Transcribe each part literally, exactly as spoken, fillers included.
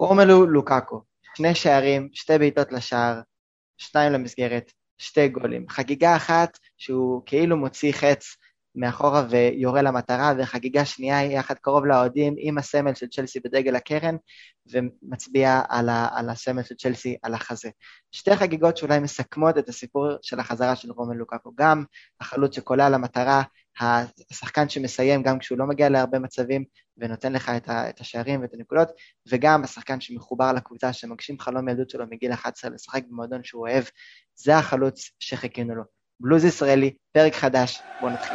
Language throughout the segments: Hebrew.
רומלו לוקאקו, שני שערים, שתי בעיטות לשער, שניים למסגרת, שתי גולים. חגיגה אחת שהוא כאילו מוציא חץ מאחורה ויורה למטרה, וחגיגה שנייה יחד קרוב לאוהדים עם הסמל של צ'לסי בדגל הקרן, ומצביע על, ה, על הסמל של צ'לסי על החזה. שתי חגיגות שאולי מסכמות את הסיפור של החזרה של רומלו לוקאקו, גם החלוץ שקולע למטרה, השחקן שמסיים גם כשהוא לא מגיע להרבה מצבים, ונותן לך את, ה, את השערים ואת הנקודות, וגם השחקן שמחובר לקבוצה, שמגשים חלום ילדות שלו מגיל אחת עשרה, לשחק במועדון שהוא אוהב, זה החלוץ שחיכינו לו. בלוז ישראלי, פרק חדש, בואו נתחיל.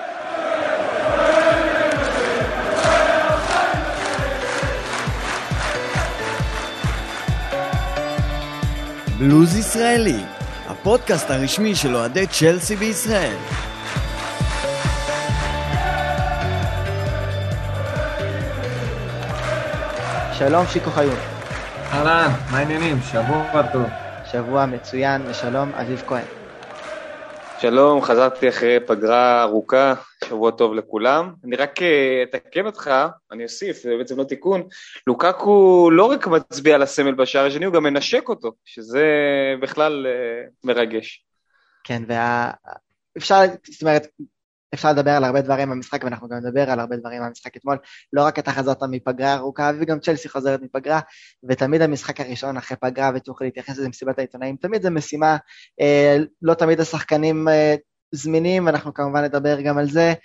בלוז ישראלי, הפודקאסט הרשמי של אוהדי צ'לסי בישראל. שלום שיקו חיון. אהלן, מה העניינים? שבוע טוב. שבוע מצוין, ושלום אביב כהן. שלום, חזרתי אחרי פגרה ארוכה, שבוע טוב לכולם. אני רק אתקן אותך, אני אוסיף, זה בעצם לא תיקון, לוקאקו לא רק מצביע על הסמל בשער השני, הוא גם מנשק אותו, שזה בכלל מרגש. כן, ואפשר, זאת אומרת, אפשר לדבר על הרבה דברים במשחק, ואנחנו גם נדבר על הרבה דברים במשחק אתמול, לא רק אתה חזרת מפגרה ארוכה, וגם צ'לסי חוזרת מפגרה, ותמיד המשחק הראשון אחרי פגרה, ותוכל להתייחס לזה מסיבת העיתונאים, תמיד זה משימה, אה, לא תמיד השחקנים אה, זמינים, אנחנו כמובן נדבר גם על זה,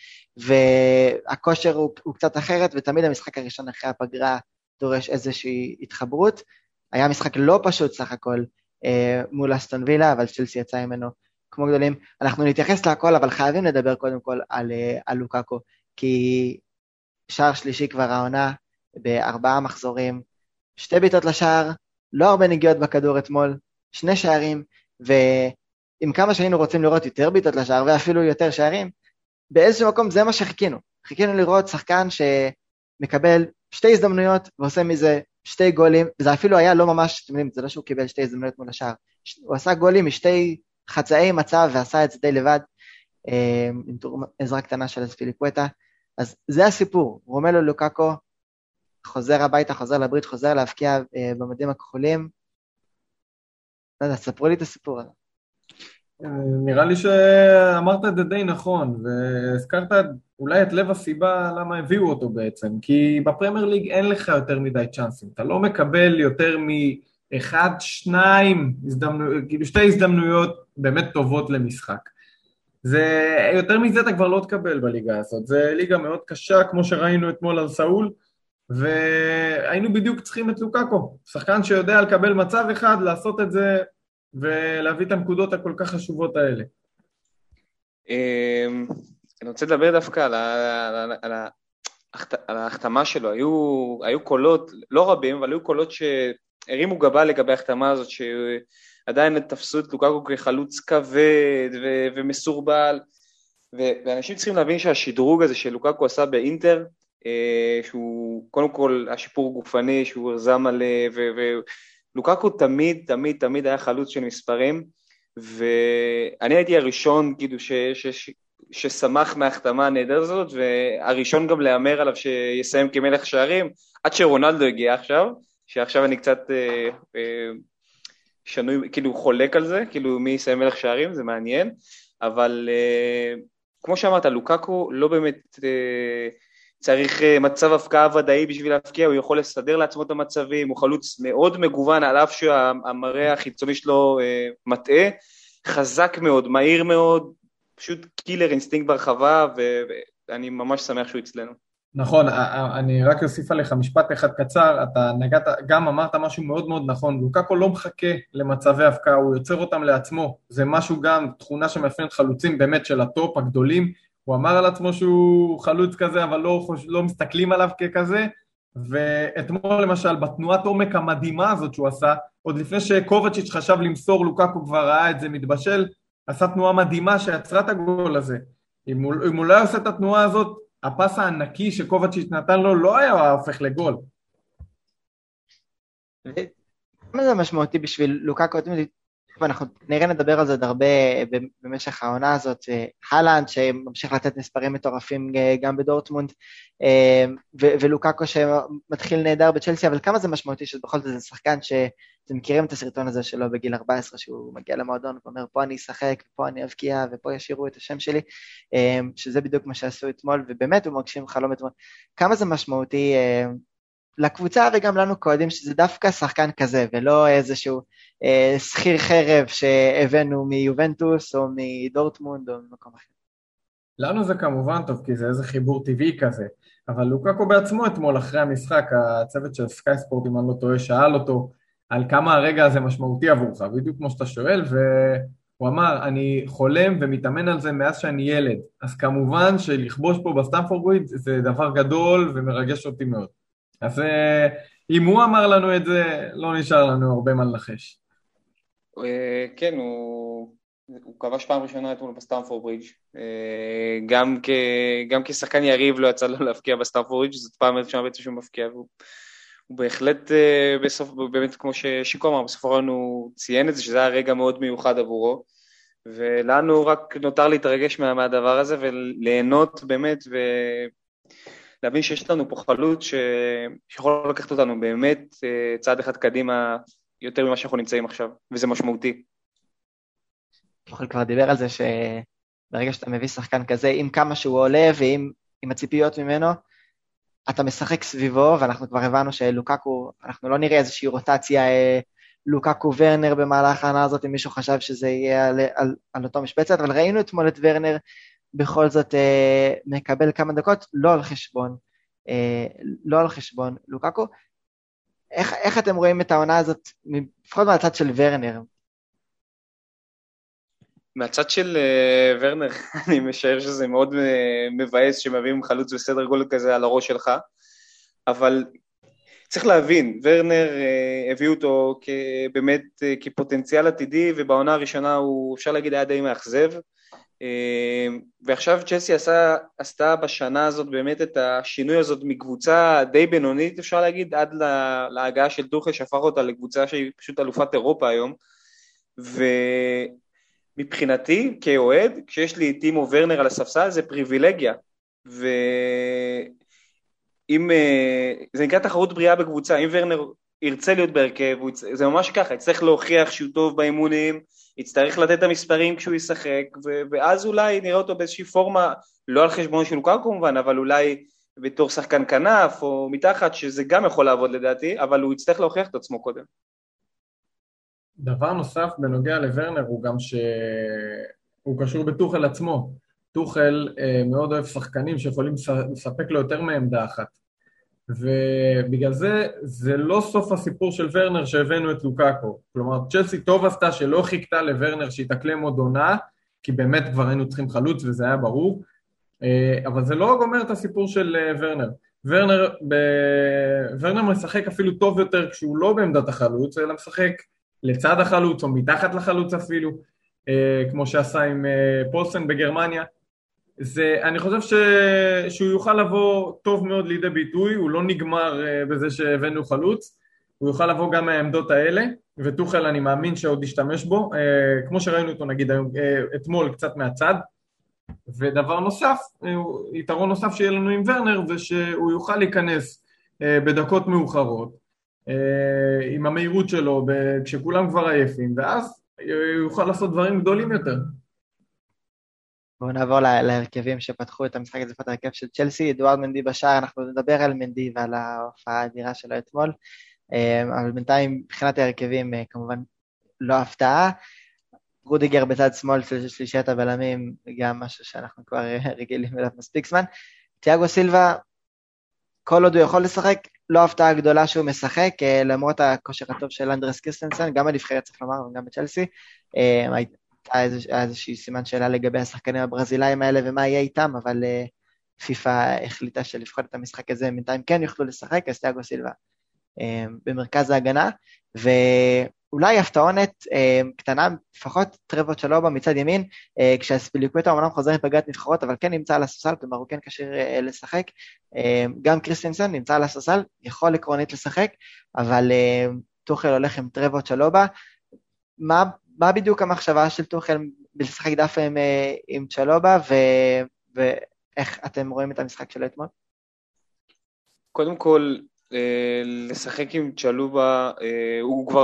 והכושר הוא, הוא קצת אחרת, ותמיד המשחק הראשון אחרי הפגרה דורש איזושהי התחברות, היה משחק לא פשוט סך הכל, אה, מול אסטון וילה, אבל צ'לסי יצא ממנו, כמו גדולים, אנחנו נתייחס להכל, אבל חייבים לדבר קודם כל על, על לוקאקו, כי שער שלישי כבר העונה, בארבעה מחזורים, שתי ביטות לשער, לא הרבה נגיעות בכדור אתמול, שני שערים, ועם כמה שהיינו רוצים לראות יותר ביטות לשער, ואפילו יותר שערים, באיזשהו מקום זה מה שחיכינו, חיכינו לראות שחקן שמקבל שתי הזדמנויות, ועושה מזה שתי גולים, וזה אפילו היה לא ממש, אתם יודעים, זה לא שהוא קיבל שתי הזדמנויות מול השער, הוא עשה גולים משתי חצאי מצב, ועשה את זה די לבד, עם עזרה קטנה של פיליפואטה, אז זה הסיפור, רומלו לוקאקו, חוזר הביתה, חוזר לברית, חוזר להבקיע במדים הכחולים, לא יודע, ספרו לי את הסיפור הזה. נראה לי שאמרת את זה די נכון, והזכרת אולי את לב הסיבה למה הביאו אותו בעצם, כי בפרמייר ליג אין לך יותר מדי צ'אנסים, אתה לא מקבל יותר מ... אחד, שניים, הזדמנו, כאילו שתי הזדמנויות באמת טובות למשחק. זה, יותר מזה אתה כבר לא תקבל בליגה הזאת. זה ליגה מאוד קשה, כמו שראינו אתמול על סאול, והיינו בדיוק צריכים את לוקאקו, שחקן שיודע לקבל מצב אחד, לעשות את זה, ולהביא את הנקודות הכל כך חשובות האלה. אני רוצה לדבר דווקא על ה... על ההחתמה שלו. היו, היו קולות, לא רבים, אבל היו קולות ש... הרימו גבה לגבי ההחתמה הזאת, שעדיין תפסו את לוקאקו כחלוץ כבד ו- ומסורבל, ו- ואנשים צריכים להבין שהשדרוג הזה שלוקאקו עשה באינטר, אה, שהוא קודם כל השיפור גופני, שהוא הרזה מלא, ולוקאקו ו- תמיד, תמיד, תמיד היה חלוץ של מספרים, ואני הייתי הראשון, כאילו, ש- ש- ש- ששמח מההחתמה הנהדרת הזאת, והראשון גם לאמר עליו שיסיים כמלך שערים, עד שרונלדו הגיע עכשיו, שעכשיו אני קצת אה, אה, שנוי, כאילו חולק על זה, כאילו מי יסיים מלך שערים, זה מעניין, אבל אה, כמו שאמרת, לוקאקו לא באמת אה, צריך אה, מצב הפקעה ודאי בשביל להפקיע, הוא יכול לסדר לעצמו את המצבים, הוא חלוץ מאוד מגוון, על אף שהמראה החיצוני שלו אה, מטעה, חזק מאוד, מהיר מאוד, פשוט קילר אינסטינקט ברחבה, ואני ממש שמח שהוא אצלנו. נכון, אני רק אוסיף עליך משפט אחד קצר, אתה נגעת, גם אמרת משהו מאוד מאוד נכון, לוקאקו לא מחכה למצבי הפקעה, הוא יוצר אותם לעצמו, זה משהו גם, תכונה שמאפיינת חלוצים באמת של הטופ הגדולים, הוא אמר על עצמו שהוא חלוץ כזה, אבל לא, לא מסתכלים עליו ככזה, ואתמול למשל, בתנועת עומק המדהימה הזאת שהוא עשה, עוד לפני שקובצ'יץ' חשב למסור, לוקאקו כבר ראה את זה מתבשל, עשה תנועה מדהימה שיצרה את הגול הזה, אם הוא, אם הוא לא עושה את התנועה הזאת, הפס הענקי שקובצ'יץ' נתן לו לא היה הופך לגול. מה זה משמעותי בשביל לוקאקו? ואנחנו נראה נדבר על זה עוד הרבה במשך העונה הזאת, הלנד שממשיך לתת מספרים מטורפים גם בדורטמונד, ולוקאקו שמתחיל נהדר בצ'לסי, אבל כמה זה משמעותי שבכל זאת זה שחקן שאתם מכירים את הסרטון הזה שלו בגיל ארבע עשרה, שהוא מגיע למועדון ואומר פה אני אשחק, ופה אני אבקיע, ופה ישירו את השם שלי, שזה בדיוק מה שעשו אתמול, ובאמת הוא מגשים חלום אתמול. כמה זה משמעותי לקבוצה וגם לנו קודם שזה דווקא שחקן כזה, ולא איזשהו אה, שכיר חרב שהבאנו מיובנטוס או מדורטמונד או ממקום אחר. לנו זה כמובן טוב, כי זה איזה חיבור טבעי כזה, אבל לוקאקו בעצמו אתמול אחרי המשחק, הצוות של סקאי ספורט, אם אני לא טועה, שאל אותו על כמה הרגע הזה משמעותי עבורך, בדיוק כמו שאתה שואל, והוא אמר, אני חולם ומתאמן על זה מאז שאני ילד, אז כמובן שלכבוש פה בסטמפורד ברידג' זה דבר גדול ומרגש אותי מאוד. אז אם הוא אמר לנו את זה, לא נשאר לנו הרבה מה לנחש. כן, הוא, הוא כבש פעם ראשונה אתמול בסטמפורד ברידג'. גם, כ, גם כשחקן יריב לא יצא לו להפקיע בסטמפורד ברידג', זאת פעם ראשונה בעצם שהוא מפקיע, והוא הוא בהחלט, בסוף, באמת כמו ששיקו אמר, בסוף הרעיון הוא ציין את זה, שזה היה רגע מאוד מיוחד עבורו, ולנו רק נותר להתרגש מה, מהדבר הזה, וליהנות באמת, ו... להבין שיש לנו פה חלוץ שיכול לקחת אותנו באמת צעד אחד קדימה יותר ממה שאנחנו נמצאים עכשיו, וזה משמעותי. יכול כבר דיבר על זה שברגע שאתה מביא שחקן כזה, עם כמה שהוא עולה ועם עם הציפיות ממנו, אתה משחק סביבו, ואנחנו כבר הבנו שלוקאקו, אנחנו לא נראה איזושהי רוטציה לוקאקו ורנר במהלך העונה הזאת, אם מישהו חשב שזה יהיה על, על, על אותו משבצת, אבל ראינו אתמול את ורנר, בכל זאת אה, מקבל כמה דקות, לא על חשבון, אה, לא על חשבון לוקאקו. איך, איך אתם רואים את העונה הזאת, לפחות מהצד של ורנר? מהצד של uh, ורנר, אני משער שזה מאוד uh, מבאס שמביאים חלוץ בסדר גול כזה על הראש שלך, אבל צריך להבין, ורנר uh, הביא אותו כ- באמת uh, כפוטנציאל עתידי, ובעונה הראשונה הוא, אפשר להגיד, היה די מאכזב, ועכשיו צ'לסי עשה, עשתה בשנה הזאת באמת את השינוי הזאת מקבוצה די בינונית, אפשר להגיד, עד להגעה של טוחל שהפך אותה לקבוצה שהיא פשוט אלופת אירופה היום, ומבחינתי כאוהד, כשיש לי טימו ורנר על הספסל זה פריבילגיה, ואם זה נקרא תחרות בריאה בקבוצה, אם ורנר ירצה להיות בהרכב, זה ממש ככה, יצטרך להוכיח שהוא טוב באימונים, יצטרך לתת את המספרים כשהוא ישחק, ואז אולי נראה אותו באיזושהי פורמה, לא על חשבון של לוקאקו כמובן, אבל אולי בתור שחקן כנף או מתחת, שזה גם יכול לעבוד לדעתי, אבל הוא יצטרך להוכיח את עצמו קודם. דבר נוסף בנוגע לוורנר הוא גם שהוא קשור בטוחל עצמו. טוחל מאוד אוהב שחקנים שיכולים לספק לו יותר מעמדה אחת. ובגלל זה, זה לא סוף הסיפור של ורנר שהבאנו את לוקאקו. כלומר, צ'לסי טוב עשתה שלא חיכתה לוורנר שיתקלם עוד עונה, כי באמת כבר היינו צריכים חלוץ וזה היה ברור, אבל זה לא גומר את הסיפור של ורנר. ורנר, ב... ורנר משחק אפילו טוב יותר כשהוא לא בעמדת החלוץ, אלא משחק לצד החלוץ או מתחת לחלוץ אפילו, כמו שעשה עם פולסן בגרמניה. זה, אני חושב ש... שהוא יוכל לבוא טוב מאוד לידי ביטוי, הוא לא נגמר בזה שהבאנו חלוץ, הוא יוכל לבוא גם מהעמדות האלה, וטוחל אני מאמין שעוד ישתמש בו, כמו שראינו אותו נגיד אתמול קצת מהצד, ודבר נוסף, יתרון נוסף שיהיה לנו עם ורנר, זה שהוא יוכל להיכנס בדקות מאוחרות, עם המהירות שלו, כשכולם כבר עייפים, ואז הוא יוכל לעשות דברים גדולים יותר. בואו נעבור להרכבים שפתחו את המשחק הזה, הרכב של צ'לסי, אדוארד מנדי בשער, אנחנו נדבר על מנדי ועל ההופעה האדירה שלו אתמול, אבל בינתיים מבחינת ההרכבים כמובן לא הפתעה, רודיגר בצד שמאל של שלישיית הבלמים, גם משהו שאנחנו כבר רגילים אליו מספיק זמן, תיאגו סילבה, כל עוד הוא יכול לשחק, לא הפתעה גדולה שהוא משחק, למרות הכושר הטוב של אנדרס קירסטנסן, גם בנבחרת צריך לומר, וגם בצ'לסי, היה איזושהי סימן שאלה לגבי השחקנים הברזילאים האלה ומה יהיה איתם, אבל פיפה החליטה שלפחות את המשחק הזה בינתיים כן יוכלו לשחק, אז תיאגו סילבה במרכז ההגנה, ואולי הפתעונת קטנה, לפחות טרבו צ'לובה מצד ימין, כשהספיליקווטה אמנם חוזר מפגרת נבחרות, אבל כן נמצא על הספסל, כלומר הוא כן קשיר לשחק, גם קריסטנסן נמצא על הספסל, יכול עקרונית לשחק, אבל טוחל הולך עם טרבו צ'לובה, מה מה בדיוק המחשבה של טוחל בלשחק דווקא עם, עם צ'לובה, ו, ואיך אתם רואים את המשחק שלו אתמול? קודם כל, לשחק עם צ'לובה, הוא כבר,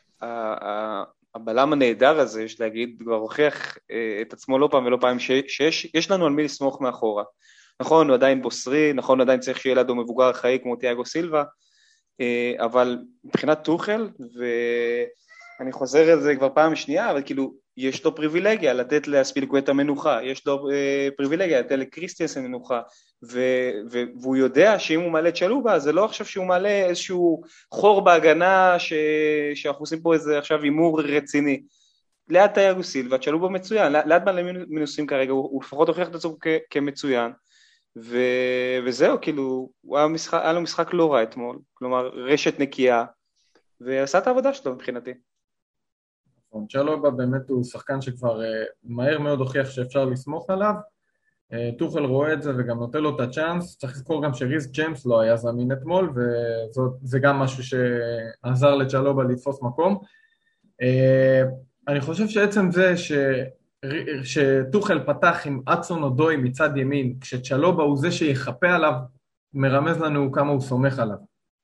הבלם הנהדר הזה, יש להגיד, כבר הוכיח את עצמו לא פעם ולא פעם, שיש לנו על מי לסמוך מאחורה. נכון, הוא עדיין בוסרי, נכון, הוא עדיין צריך שיהיה לידו מבוגר אחראי כמו תיאגו סילבה, אבל מבחינת טוחל, ואני חוזר על זה כבר פעם שנייה, אבל כאילו, יש לו פריבילגיה לתת לאספיליקווטה מנוחה, יש לו פריבילגיה לתת לקריסטיאנסן מנוחה, והוא יודע שאם הוא מעלה צ'לובה, זה לא עכשיו שהוא מעלה איזשהו חור בהגנה, שאנחנו עושים פה איזה עכשיו אימור רציני. ליד תיאגו סילבה, צ'לובה מצוין, ליד בלמים מנוסים כרגע, הוא לפחות הוכיח את עצמו כמצוין, וזהו, כאילו, היה לו משחק לא רע אתמול, כלומר, רשת נקייה, ועשה את העבודה שלו מבחינתי. צ'לובה באמת הוא שחקן שכבר מהר מאוד הוכיח שאפשר לסמוך עליו, טוחל רואה את זה וגם נותן לו את הצ'אנס, צריך לזכור גם שריס ג'יימס לא היה זמין אתמול, וזה גם משהו שעזר לצ'לובה לתפוס מקום. אני חושב שעצם זה ש... שטוחל פתח עם אצון אודוי מצד ימין, כשצ'לובה הוא זה שיחפה עליו, מרמז לנו כמה הוא סומך עליו.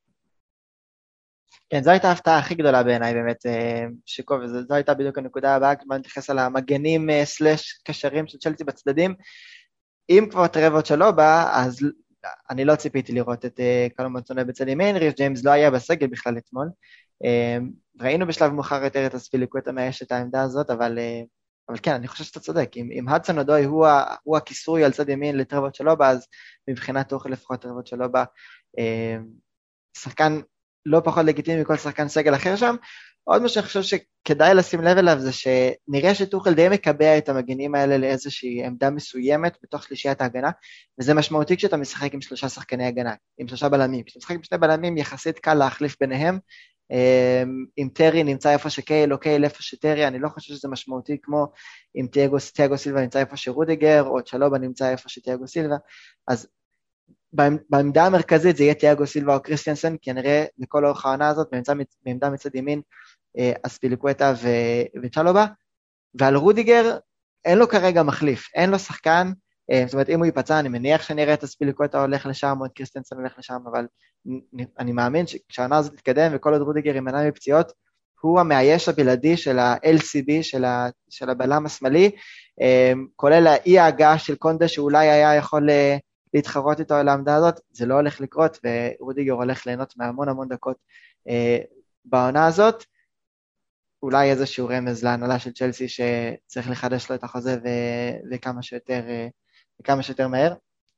כן, זו הייתה ההפתעה הכי גדולה בעיניי באמת, שיקו, וזו הייתה בדיוק הנקודה הבאה, כבר נתייחס על המגנים סלש קשרים של צ'לסי בצדדים. אם כבר טרבות צ'לובה, אז אני לא ציפיתי לראות את קלום אצונה בצד ימין, ריס ג'יימס לא היה בסגל בכלל אתמול. ראינו בשלב מאוחר יותר את הספיליקווטה מאש את העמדה הזאת, אבל... אבל כן, אני חושב שאתה צודק, אם, אם הדסון אודוי הוא, הוא הכיסוי על צד ימין לטרבות צ'לובה, אז מבחינת טוחל לפחות טרבות צ'לובה, אה, שחקן לא פחות לגיטימי מכל שחקן סגל אחר שם. עוד מה שאני חושב שכדאי לשים לב אליו, זה שנראה שטוחל די מקבע את המגנים האלה לאיזושהי עמדה מסוימת בתוך שלישיית ההגנה, וזה משמעותי כשאתה משחק עם שלושה שחקני הגנה, עם שלושה בלמים. כשאתה משחק עם שני בלמים יחסית קל להחליף ביניהם, אם טרי נמצא איפה שקייל או קייל איפה שטרי, אני לא חושב שזה משמעותי כמו אם תיאגו, תיאגו סילבה נמצא איפה שרודיגר, או צ'לובה נמצא איפה שתיאגו סילבה. אז בעמדה המרכזית זה יהיה תיאגו סילבה או קריסטיאנסן, כי נראה בכל אורך העונה הזאת, בעמדה מצד ימין, אספיליקווטה וצ'לובה, ועל רודיגר אין לו כרגע מחליף, אין לו שחקן, זאת אומרת, אם הוא ייפצע, אני מניח שנראה את הספיליקווטה הולך לשם, או את קריסטנסן הולך לשם, אבל אני מאמין שכשהעונה הזאת תתקדם, וכל עוד רודיגר יימנע מפציעות, הוא המאייש הבלעדי של ה-אל סי בי, של, ה- של הבלם השמאלי, כולל האי ההגעה של קונדה, שאולי היה יכול להתחרות איתו על העמדה הזאת, זה לא הולך לקרות, ורודיגר הולך ליהנות מהמון המון דקות בעונה הזאת, אולי איזשהו רמז להנהלה של צ'לסי, שצריך לחדש לו את החוזה, ו- וכמה שיותר... וכמה שיותר מהר.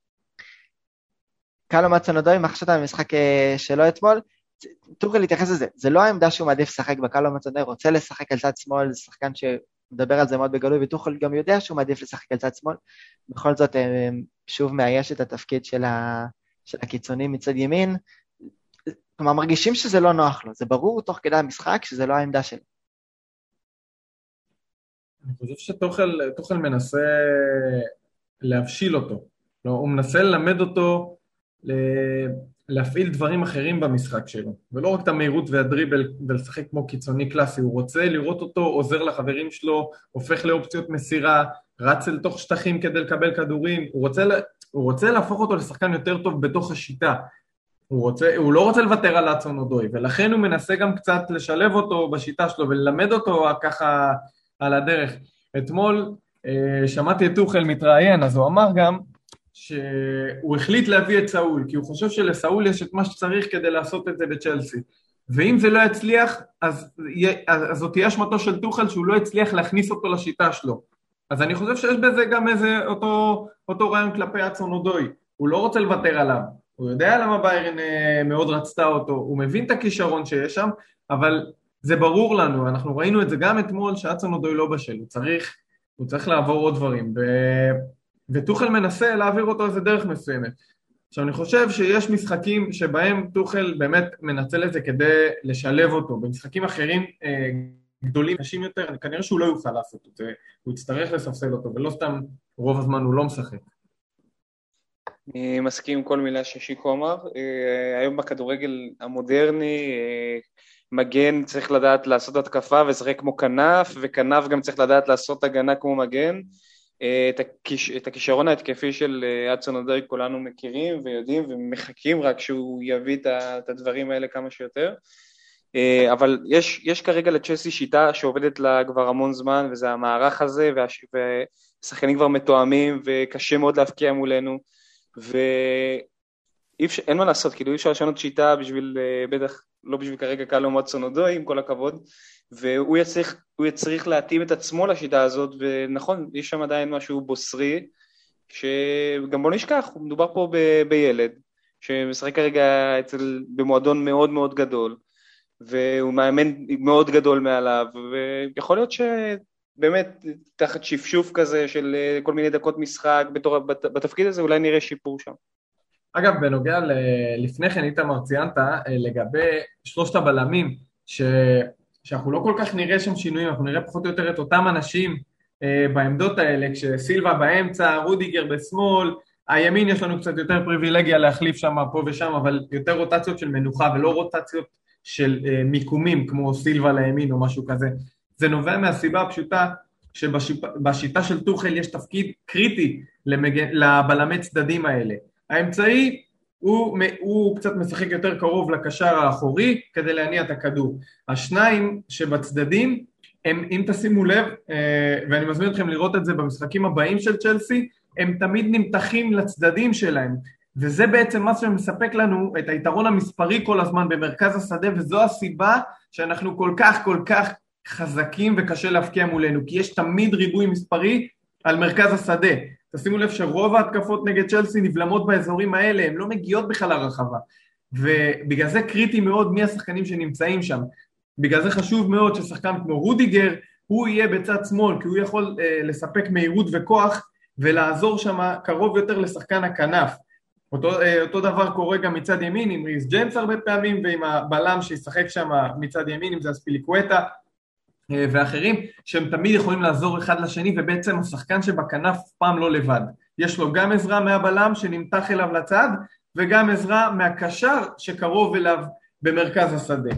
קלום אצון אודוי, מה חשבת על המשחק שלו אתמול? טוחל להתייחס לזה, זה לא העמדה שהוא מעדיף לשחק בקלום אצון אודוי, רוצה לשחק על צד שמאל, זה שחקן שמדבר על זה מאוד בגלוי, וטוחל גם יודע שהוא מעדיף לשחק על צד שמאל, בכל זאת שוב מאייש את התפקיד של, ה... של הקיצונים מצד ימין, כלומר מרגישים שזה לא נוח לו, זה ברור תוך כדי המשחק שזה לא העמדה שלו. אני חושב שטוחל מנסה להבשיל אותו, לא, הוא מנסה ללמד אותו להפעיל דברים אחרים במשחק שלו, ולא רק את המהירות והדריבל ולשחק כמו קיצוני קלאסי, הוא רוצה לראות אותו עוזר לחברים שלו, הופך לאופציות מסירה, רץ אל תוך שטחים כדי לקבל כדורים, הוא רוצה, הוא רוצה להפוך אותו לשחקן יותר טוב בתוך השיטה, הוא, רוצה, הוא לא רוצה לוותר על אצון אודוי, ולכן הוא מנסה גם קצת לשלב אותו בשיטה שלו, וללמד אותו ככה על הדרך. אתמול שמעתי את טוחל מתראיין, אז הוא אמר גם שהוא החליט להביא את סאול, כי הוא חושב שלסאול יש את מה שצריך כדי לעשות את זה בצ'לסי. ואם זה לא יצליח, אז, אז זאת תהיה אשמתו של טוחל שהוא לא יצליח להכניס אותו לשיטה שלו. אז אני חושב שיש בזה גם איזה אותו, אותו רעיון כלפי אצון אודוי. הוא לא רוצה לוותר עליו. הוא יודע למה ביירן מאוד רצתה אותו, הוא מבין את הכישרון שיש שם, אבל זה ברור לנו, אנחנו ראינו את זה גם אתמול שאצון אודוי לא בשל, הוא צריך, הוא צריך לעבור עוד דברים, ו... וטוחל מנסה להעביר אותו איזה דרך מסוימת. עכשיו אני חושב שיש משחקים שבהם טוחל באמת מנצל את זה כדי לשלב אותו, במשחקים אחרים אה, גדולים, קשים יותר, כנראה שהוא לא יוכל לעשות את זה, הוא יצטרך לספסל אותו, ולא סתם רוב הזמן הוא לא משחק. אני מסכים עם כל מילה ששיקו אמר, היום בכדורגל המודרני, מגן צריך לדעת לעשות התקפה ושחק כמו כנף, וכנף גם צריך לדעת לעשות הגנה כמו מגן. את, הכיש, את הכישרון ההתקפי של אדסון אודוי כולנו מכירים ויודעים ומחכים רק שהוא יביא את הדברים האלה כמה שיותר. אבל יש, יש כרגע לצ'לסי שיטה שעובדת לה כבר המון זמן, וזה המערך הזה, והשחקנים כבר מתואמים, וקשה מאוד להפקיע מולנו, ואין מה לעשות, כאילו אי אפשר לשנות שיטה בשביל, בטח לא בשביל כרגע קלום אדסון אודוי, עם כל הכבוד, והוא יצריך, הוא יצריך להתאים את עצמו לשיטה הזאת, ונכון, יש שם עדיין משהו בוסרי, שגם בוא נשכח, הוא מדובר פה ב, בילד, שמשחק כרגע אצל, במועדון מאוד מאוד גדול, והוא מאמן מאוד גדול מעליו, ויכול להיות שבאמת תחת שפשוף כזה של כל מיני דקות משחק בתור, בתפקיד הזה אולי נראה שיפור שם. אגב, בנוגע לפני כן איתמר ציינת לגבי שלושת הבלמים, ש... שאנחנו לא כל כך נראה שם שינויים, אנחנו נראה פחות או יותר את אותם אנשים בעמדות האלה, כשסילבה באמצע, רודיגר בשמאל, הימין יש לנו קצת יותר פריבילגיה להחליף שם פה ושם, אבל יותר רוטציות של מנוחה ולא רוטציות של uh, מיקומים כמו סילבה לימין או משהו כזה. זה נובע מהסיבה הפשוטה שבשיטה של טוחל יש תפקיד קריטי למג... לבלמי צדדים האלה. האמצעי הוא, הוא קצת משחק יותר קרוב לקשר האחורי כדי להניע את הכדור. השניים שבצדדים, הם, אם תשימו לב, ואני מזמין אתכם לראות את זה במשחקים הבאים של צ'לסי, הם תמיד נמתחים לצדדים שלהם, וזה בעצם מה שמספק לנו את היתרון המספרי כל הזמן במרכז השדה, וזו הסיבה שאנחנו כל כך כל כך חזקים וקשה להפקיע מולנו, כי יש תמיד ריבוי מספרי על מרכז השדה. תשימו לב שרוב ההתקפות נגד צ'לסי נבלמות באזורים האלה, הן לא מגיעות בכלל לרחבה, ובגלל זה קריטי מאוד מי השחקנים שנמצאים שם. בגלל זה חשוב מאוד ששחקן כמו רודיגר, הוא יהיה בצד שמאל, כי הוא יכול אה, לספק מהירות וכוח, ולעזור שם קרוב יותר לשחקן הכנף. אותו, אה, אותו דבר קורה גם מצד ימין, עם ריס ג'יימס הרבה פעמים, ועם הבלם שישחק שם מצד ימין, אם זה אספיליקווטה, אה, ואחרים, שהם תמיד יכולים לעזור אחד לשני, ובעצם השחקן שבכנף פעם לא לבד. יש לו גם עזרה מהבלם שנמתח אליו לצד, וגם עזרה מהקשר שקרוב אליו במרכז השדה.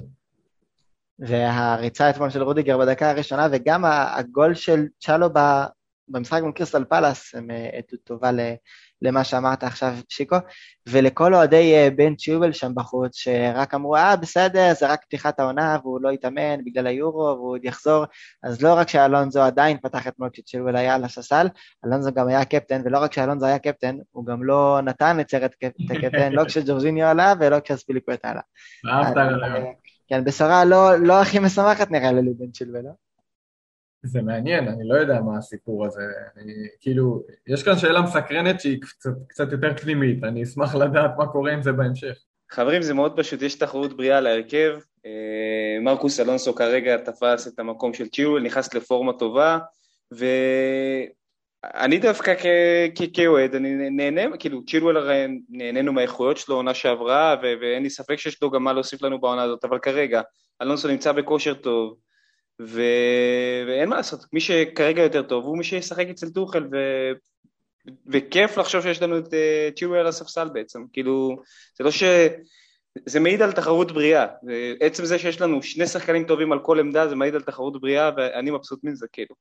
והריצה אתמול של רודיגר בדקה הראשונה, וגם הגול של צ'אלו במשחק עם קריסטל פלאס, הם עדות טובה למה שאמרת עכשיו, שיקו, ולכל אוהדי בן צ'יובל שם בחוץ, שרק אמרו, אה, בסדר, זה רק פתיחת העונה, והוא לא יתאמן בגלל היורו, והוא עוד יחזור, אז לא רק שאלונזו עדיין פתח אתמול כשצ'יובל היה על הססל, אלונזו גם היה קפטן, ולא רק שאלונזו היה קפטן, הוא גם לא נתן לצרת את הקפטן, לא כשג'ורג'יניו עלה, ולא כשאספיליקווטה עלה. אהבת עליו. כן, בשורה לא, לא הכי משמחת נראה לי לבן צ'יוול, לא? זה מעניין, אני לא יודע מה הסיפור הזה, אני, כאילו, יש כאן שאלה מסקרנת שהיא קצת, קצת יותר פנימית, אני אשמח לדעת מה קורה עם זה בהמשך. חברים, זה מאוד פשוט, יש תחרות בריאה להרכב, מרקוס אלונסו כרגע תפס את המקום של צ'יוול, נכנס לפורמה טובה, ואני דווקא כאוהד, אני נהנה, כאילו צ'יוול הרי נהנינו מהאיכויות שלו, עונה שעברה, ואין לי ספק שיש לו גם מה להוסיף לנו בעונה הזאת, אבל כרגע, אלונסו נמצא בכושר טוב, ו... ואין מה לעשות, מי שכרגע יותר טוב הוא מי שישחק אצל טוחל, ו... וכיף לחשוב שיש לנו את uh, צ'יוול על הספסל בעצם, כאילו זה לא ש... זה מעיד על תחרות בריאה, עצם זה שיש לנו שני שחקנים טובים על כל עמדה, זה מעיד על תחרות בריאה, ואני מבסוט מזה כאילו.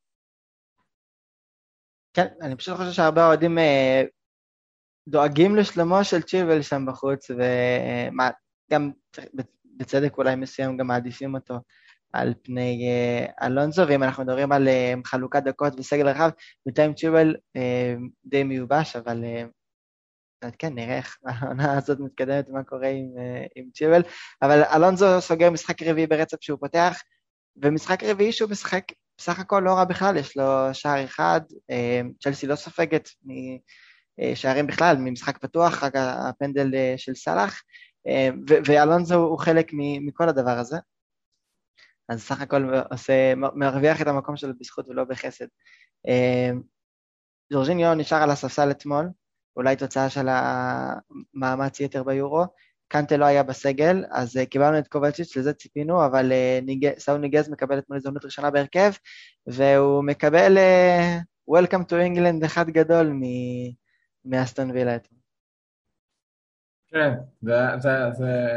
כן, אני פשוט חושב שהרבה אוהדים uh, דואגים לשלומו של צ'יוול שם בחוץ, וגם uh, בצדק אולי מסוים גם מעדיפים אותו, על פני uh, אלונזו, ואם אנחנו מדברים על uh, חלוקת דקות וסגל רחב, בינתיים צ'יוול uh, די מיובש, אבל uh, כן, נראה איך העונה הזאת מתקדמת ומה קורה עם, uh, עם צ'יוול, אבל אלונזו סוגר משחק רביעי ברצף שהוא פותח, ומשחק רביעי שהוא משחק בסך הכל לא רע בכלל, יש לו שער אחד, uh, צ'לסי לא סופגת משערים בכלל, ממשחק פתוח, רק הפנדל uh, של סלאח, uh, ו- ואלונזו הוא חלק מ- מכל הדבר הזה, אז סך הכל עושה, מרוויח את המקום שלו בזכות ולא בחסד. ג'ורג'יניו נשאר על הספסל אתמול, אולי תוצאה של המאמץ יתר ביורו, קנטה לא היה בסגל, אז קיבלנו את קובלצ'יץ', לזה ציפינו, אבל סאול ניגז מקבל אתמול הזדמנות ראשונה בהרכב, והוא מקבל Welcome to England אחד גדול מאסטון וילה אתמול. כן, זה... זה, זה...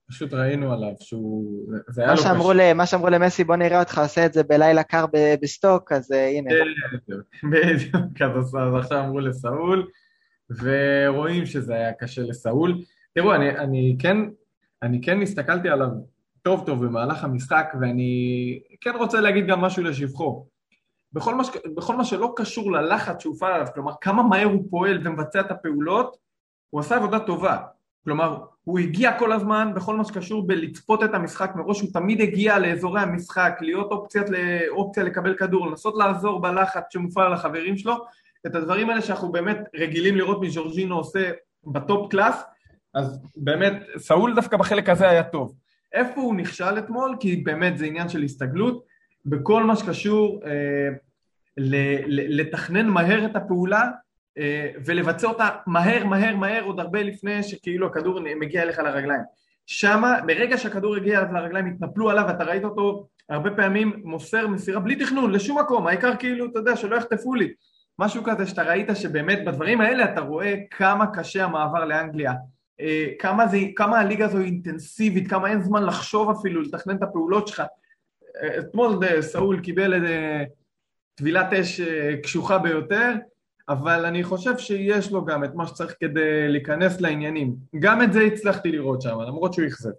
פשוט ראינו עליו שהוא... מה שאמרו, ל, מה שאמרו למסי, בוא נראה אותך עושה את זה בלילה קר ב, בסטוק, אז הנה. בדיוק, אז עכשיו אמרו לסאול, ורואים שזה היה קשה לסאול. תראו, אני, אני כן, אני כן הסתכלתי עליו טוב טוב במהלך המשחק, ואני כן רוצה להגיד גם משהו לשבחו. בכל מה, בכל מה שלא קשור ללחץ שהוא פעל עליו, כלומר, כמה מהר הוא פועל ומבצע את הפעולות, הוא עשה עבודה טובה. כלומר, הוא הגיע כל הזמן בכל מה שקשור בלצפות את המשחק מראש, הוא תמיד הגיע לאזורי המשחק, להיות אופציית, אופציה לקבל כדור, לנסות לעזור בלחץ שמופעל על החברים שלו, את הדברים האלה שאנחנו באמת רגילים לראות מז'ורג'ינו עושה בטופ קלאס, אז באמת, סאול דווקא בחלק הזה היה טוב. איפה הוא נכשל אתמול? כי באמת זה עניין של הסתגלות, בכל מה שקשור אה, לתכנן מהר את הפעולה, ולבצע אותה מהר, מהר, מהר, עוד הרבה לפני שכאילו הכדור מגיע אליך לרגליים. שמה, ברגע שהכדור הגיע לרגליים, התנפלו עליו, ואתה ראית אותו הרבה פעמים מוסר מסירה, בלי תכנון, לשום מקום, העיקר כאילו, אתה יודע, שלא יחטפו לי. משהו כזה שאתה ראית שבאמת בדברים האלה אתה רואה כמה קשה המעבר לאנגליה, כמה, זה, כמה הליגה הזו אינטנסיבית, כמה אין זמן לחשוב אפילו, לתכנן את הפעולות שלך. אתמול סאול קיבל טבילת אש קשוחה ביותר, אבל אני חושב שיש לו גם את מה שצריך כדי להיכנס לעניינים. גם את זה הצלחתי לראות שם, למרות שהוא יחזר.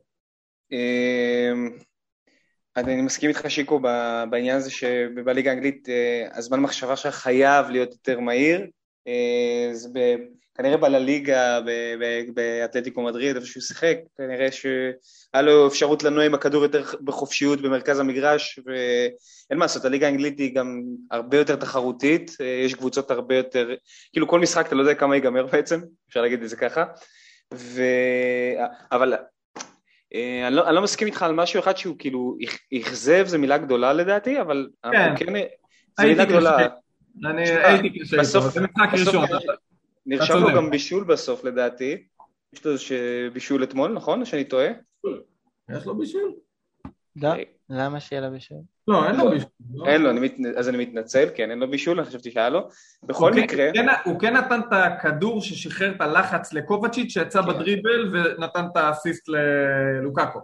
אני מסכים איתך שיקו בעניין הזה שבליגה האנגלית הזמן מחשבה שלך חייב להיות יותר מהיר, זה כנראה בליגה, באתלטיקו מדריד, איפה שהוא שיחק, כנראה שהיה לו אפשרות לנוע עם הכדור יותר בחופשיות במרכז המגרש, ואין מה לעשות, הליגה האנגלית היא גם הרבה יותר תחרותית, יש קבוצות הרבה יותר, כאילו כל משחק אתה לא יודע כמה ייגמר בעצם, אפשר להגיד את זה ככה, ו... אבל אני לא, אני לא מסכים איתך על משהו אחד שהוא כאילו, יחזב זה מילה גדולה לדעתי, אבל כן, כן, זה מילה גדולה. אני הייתי קשה, זה משחק ראשון. נרשם לו גם בישול בסוף לדעתי, יש לו בישול אתמול, נכון? שאני טועה? יש לו בישול? לא, למה שיהיה לו בישול? לא, אין לו בישול. אין לו, אז אני מתנצל, כן, אין לו בישול, אני חשבתי שהיה לו. בכל מקרה... הוא כן נתן את הכדור ששחרר את הלחץ לקובצ'יץ' שיצא בדריבל ונתן את האסיסט ללוקאקו.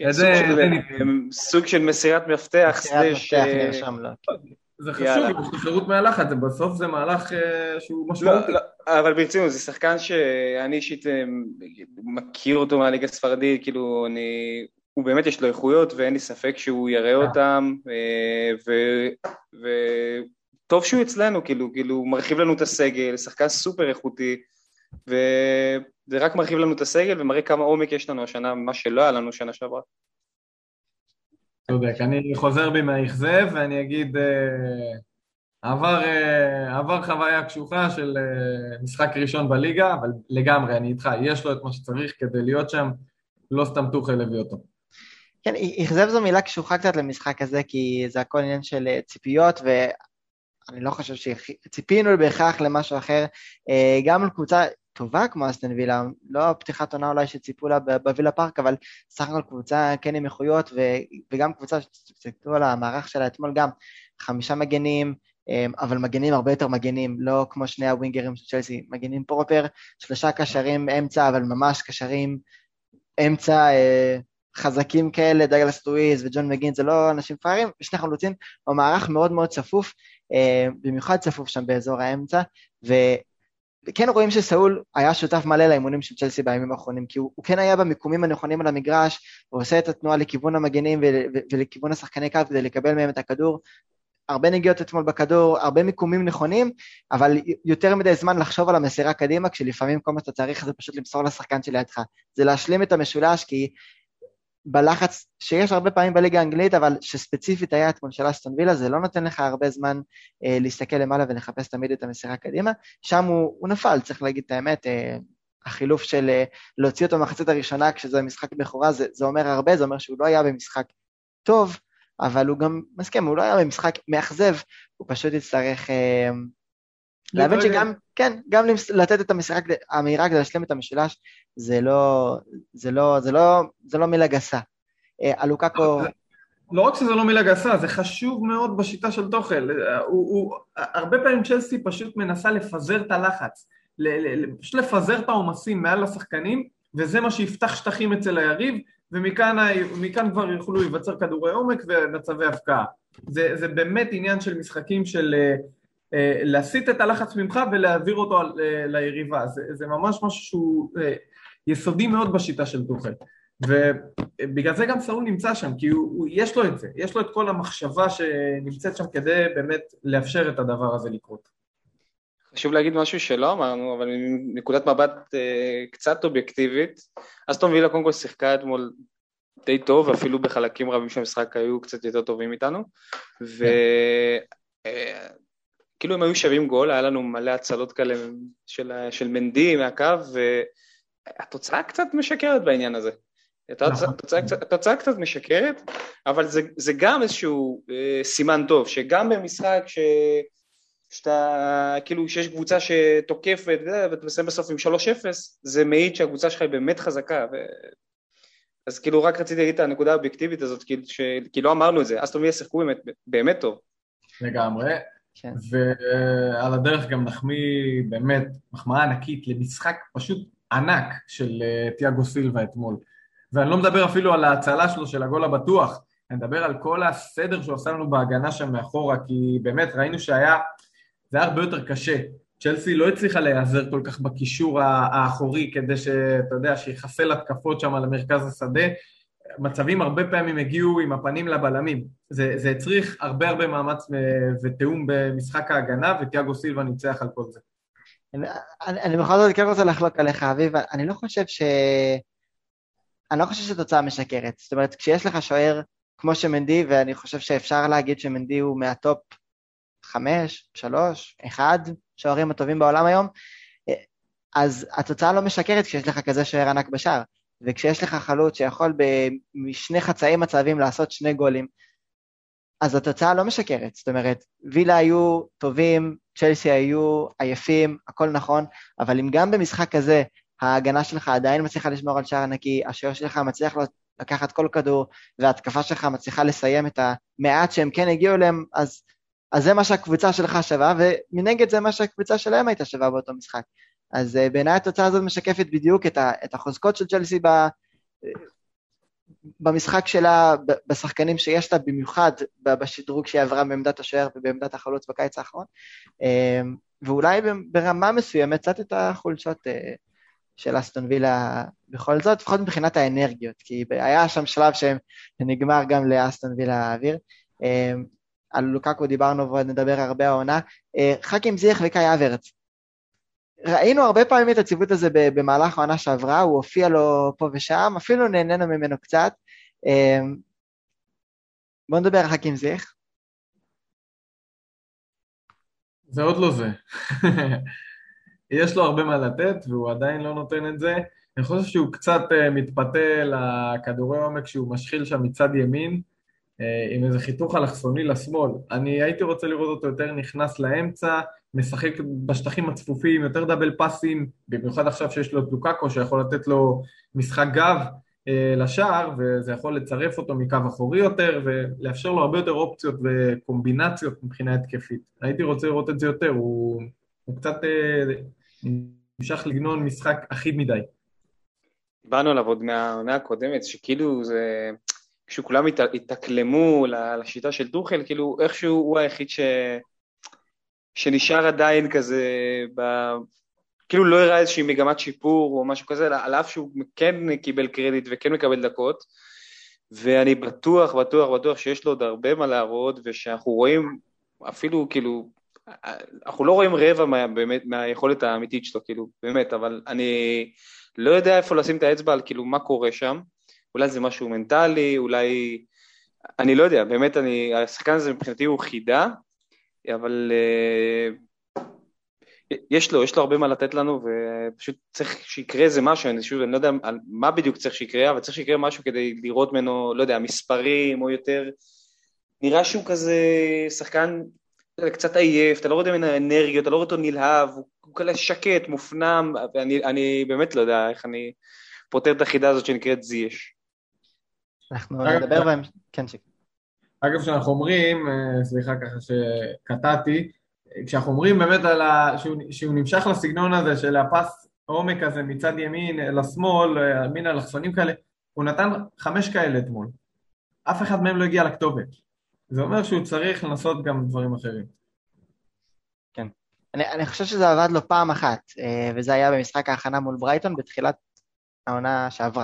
סוג של מסירת מפתח. מסירת מפתח נרשם לו. זה חשוב, שחררות מהלחץ, בסוף זה מהלך שהוא משמעותי. אבל ברצינות, זה שחקן שאני אישית מכיר אותו מהליגה הספרדית, כאילו אני... הוא באמת יש לו איכויות, ואין לי ספק שהוא יראה אותם, וטוב שהוא אצלנו, כאילו, כאילו, הוא מרחיב לנו את הסגל, שחקן סופר איכותי, וזה רק מרחיב לנו את הסגל, ומראה כמה עומק יש לנו השנה, מה שלא היה לנו שנה שעברה. צודק, אני חוזר בי מהאכזב, ואני אגיד, עבר, עבר חוויה קשוחה של משחק ראשון בליגה, אבל לגמרי, אני איתך, יש לו את מה שצריך כדי להיות שם, לא סתם תוכל הביא אותו. כן, אכזב זו מילה קשוחה קצת למשחק הזה, כי זה הכל עניין של ציפיות, ואני לא חושב שציפינו בהכרח למשהו אחר, גם לקבוצה טובה כמו אסטון וילה, לא פתיחת עונה אולי שציפו לה בווילה פארק, אבל סך הכל קבוצה כן עם איכויות, וגם קבוצה שציפו על המערך שלה אתמול גם חמישה מגנים, אבל מגנים הרבה יותר מגנים, לא כמו שני הווינגרים של צ'לסי, מגנים פרופר, שלושה קשרים אמצע, אבל ממש קשרים אמצע חזקים כאלה, דגלס לואיס וג'ון מגין, זה לא אנשים פארים, ושני חלוצים, הוא מערך מאוד מאוד צפוף, במיוחד צפוף שם באזור האמצע, וכן רואים שסאול היה שותף מלא לאימונים של צ'לסי בימים האחרונים, כי הוא, הוא כן היה במיקומים הנכונים על המגרש, הוא עושה את התנועה לכיוון המגנים ולכיוון השחקני קו כדי לקבל מהם את הכדור, הרבה נגיעות אתמול בכדור, הרבה מיקומים נכונים, אבל יותר מדי זמן לחשוב על המסירה קדימה, כשלפעמים כל מה שאתה צריך זה פשוט למסור לשחקן שלידך, זה להשלים את המשולש, כי בלחץ שיש הרבה פעמים בליגה האנגלית, אבל שספציפית היה אתמול של אסטון וילה, זה לא נותן לך הרבה זמן אה, להסתכל למעלה ולחפש תמיד את המסירה קדימה, שם הוא, הוא נפל, צריך להגיד את האמת, אה, החילוף של אה, להוציא אותו במחצית הראשונה, כשזה משחק בכורה, זה, זה אומר הרבה, זה אומר שהוא לא היה במשחק טוב, אבל הוא גם מסכים, הוא לא היה במשחק מאכזב, הוא פשוט יצטרך אה, להבין שגם, כן, גם לתת את המסירה המהירה כדי להשלים את המשולש, זה לא, זה לא, זה לא, זה לא מילה גסה. לוקאקו... לא רק שזה לא מילה גסה, זה חשוב מאוד בשיטה של תוכל. הרבה פעמים צ'לסי פשוט מנסה לפזר את הלחץ, פשוט לפזר את העומסים מעל השחקנים, וזה מה שיפתח שטחים אצל היריב, ומכאן מכאן כבר יוכלו להיווצר כדורי עומק ומצבי הפקעה. זה, זה באמת עניין של משחקים של להסיט את הלחץ ממך ולהעביר אותו ליריבה. זה, זה ממש משהו שהוא יסודי מאוד בשיטה של טוחל. ובגלל זה גם סאול נמצא שם, כי הוא, הוא, יש לו את זה, יש לו את כל המחשבה שנמצאת שם כדי באמת לאפשר את הדבר הזה לקרות. חשוב להגיד משהו שלא אמרנו, אבל מנקודת מבט אה, קצת אובייקטיבית, אסטון וילה קודם כל שיחקה אתמול די טוב, אפילו בחלקים רבים של המשחק היו קצת יותר טובים איתנו, וכאילו אה, הם היו שווים גול, היה לנו מלא הצלות כאלה של, של מנדי מהקו, והתוצאה קצת משקרת בעניין הזה. התוצאה קצת משקרת, אבל זה, זה גם איזשהו אה, סימן טוב, שגם במשחק ש... שאתה, כאילו, שיש קבוצה שתוקפת, ואתה מסיים בסוף עם שלוש אפס, זה מעיד שהקבוצה שלך היא באמת חזקה, ו... אז כאילו רק רציתי להגיד את הנקודה האובייקטיבית הזאת, כי, ש... כי לא אמרנו את זה, אסטון וילה שיחקו באמת, באמת טוב. לגמרי, כן. ועל הדרך גם נחמיא באמת מחמאה ענקית למשחק פשוט ענק של תיאגו סילבה אתמול, ואני לא מדבר אפילו על ההצלה שלו של הגול הבטוח, אני מדבר על כל הסדר שהוא עשה לנו בהגנה שם מאחורה, כי באמת ראינו שהיה, זה היה הרבה יותר קשה. צ'לסי לא הצליחה להיעזר כל כך בקישור האחורי, כדי שאתה יודע, שיחסל התקפות שם על המרכז השדה. מצבים הרבה פעמים הגיעו עם הפנים לבלמים. זה, זה הצריך הרבה הרבה מאמץ ותאום במשחק ההגנה, ותיאגו סילבה ניצח על כל זה. אני, אני בכל זאת כן רוצה לחלוק עליך, אביב, אני לא חושב ש... אני לא חושב שתוצאה משקרת. זאת אומרת, כשיש לך שוער כמו שמנדי, ואני חושב שאפשר להגיד שמנדי הוא מהטופ חמש, שלוש, אחד, שוערים הטובים בעולם היום, אז התוצאה לא משקרת כשיש לך כזה שוער ענק בשער, וכשיש לך חלוץ שיכול משני חצאים מצבים לעשות שני גולים, אז התוצאה לא משקרת. זאת אומרת, וילה היו טובים, צ'לסי היו עייפים, הכל נכון, אבל אם גם במשחק כזה, ההגנה שלך עדיין מצליחה לשמור על שער נקי, השוער שלך מצליח לקחת כל כדור, וההתקפה שלך מצליחה לסיים את המעט שהם כן הגיעו אליהם, אז, אז זה מה שהקבוצה שלך שווה, ומנגד זה מה שהקבוצה שלהם הייתה שווה באותו משחק. אז בעיניי התוצאה הזאת משקפת בדיוק את, ה, את החוזקות של צ'לסי ב, במשחק שלה, בשחקנים שיש לה, במיוחד בשדרוג שהיא עברה בעמדת השוער ובעמדת החלוץ בקיץ האחרון, ואולי ברמה מסוימת קצת את החולשות של אסטון וילה בכל זאת, לפחות מבחינת האנרגיות, כי היה שם שלב שנגמר גם לאסטון וילה האוויר. על לוקאקו דיברנו ועוד נדבר הרבה העונה. חכים זיח וקאי אברץ. ראינו הרבה פעמים את הציוות הזה במהלך העונה שעברה, הוא הופיע לו פה ושם, אפילו נהנינו ממנו קצת. בואו נדבר על חכים זיח. זה עוד לא זה. יש לו הרבה מה לתת, והוא עדיין לא נותן את זה. אני חושב שהוא קצת מתפתה לכדורי עומק שהוא משחיל שם מצד ימין, עם איזה חיתוך אלכסוני לשמאל. אני הייתי רוצה לראות אותו יותר נכנס לאמצע, משחק בשטחים הצפופים, יותר דאבל פאסים, במיוחד עכשיו שיש לו את לוקאקו, שיכול לתת לו משחק גב לשער, וזה יכול לצרף אותו מקו אחורי יותר, ולאפשר לו הרבה יותר אופציות וקומבינציות מבחינה התקפית. הייתי רוצה לראות את זה יותר, הוא, הוא קצת נמשך לגנון משחק אחיד מדי. באנו עליו עוד מהעונה הקודמת, שכאילו זה... כשכולם התאקלמו לשיטה של טוחל, כאילו איכשהו הוא היחיד ש... שנשאר עדיין כזה, ב... כאילו לא הראה איזושהי מגמת שיפור או משהו כזה, על אף שהוא כן קיבל קרדיט וכן מקבל דקות, ואני בטוח, בטוח, בטוח שיש לו עוד הרבה מה להראות, ושאנחנו רואים אפילו כאילו, אנחנו לא רואים רבע מה, באמת, מהיכולת האמיתית שלו, כאילו, באמת, אבל אני לא יודע איפה לשים את האצבע על כאילו מה קורה שם, אולי זה משהו מנטלי, אולי, אני לא יודע, באמת, אני, השחקן הזה מבחינתי הוא חידה, אבל uh, יש לו, יש לו הרבה מה לתת לנו, ופשוט צריך שיקרה איזה משהו, אני, שוב, אני לא יודע על מה בדיוק צריך שיקרה, אבל צריך שיקרה משהו כדי לראות ממנו, לא יודע, מספרים או יותר, נראה שהוא כזה שחקן קצת עייף, אתה לא רואה ממנו אנרגיות, אתה לא רואה אותו נלהב, הוא, הוא כאלה שקט, מופנם, ואני אני באמת לא יודע איך אני פותר את החידה הזאת שנקראת זייש. אנחנו נדבר בהם, כן שיק. אגב, כשאנחנו אומרים, סליחה ככה שקטעתי, כשאנחנו אומרים באמת על ה... שהוא, שהוא נמשך לסגנון הזה של הפס עומק הזה מצד ימין לשמאל, מין אלכסונים כאלה, הוא נתן חמש כאלה אתמול. אף אחד מהם לא הגיע לכתובת. זה אומר שהוא צריך לנסות גם דברים אחרים. כן. אני, אני חושב שזה עבד לו פעם אחת, וזה היה במשחק ההכנה מול ברייטון בתחילת העונה שעברה.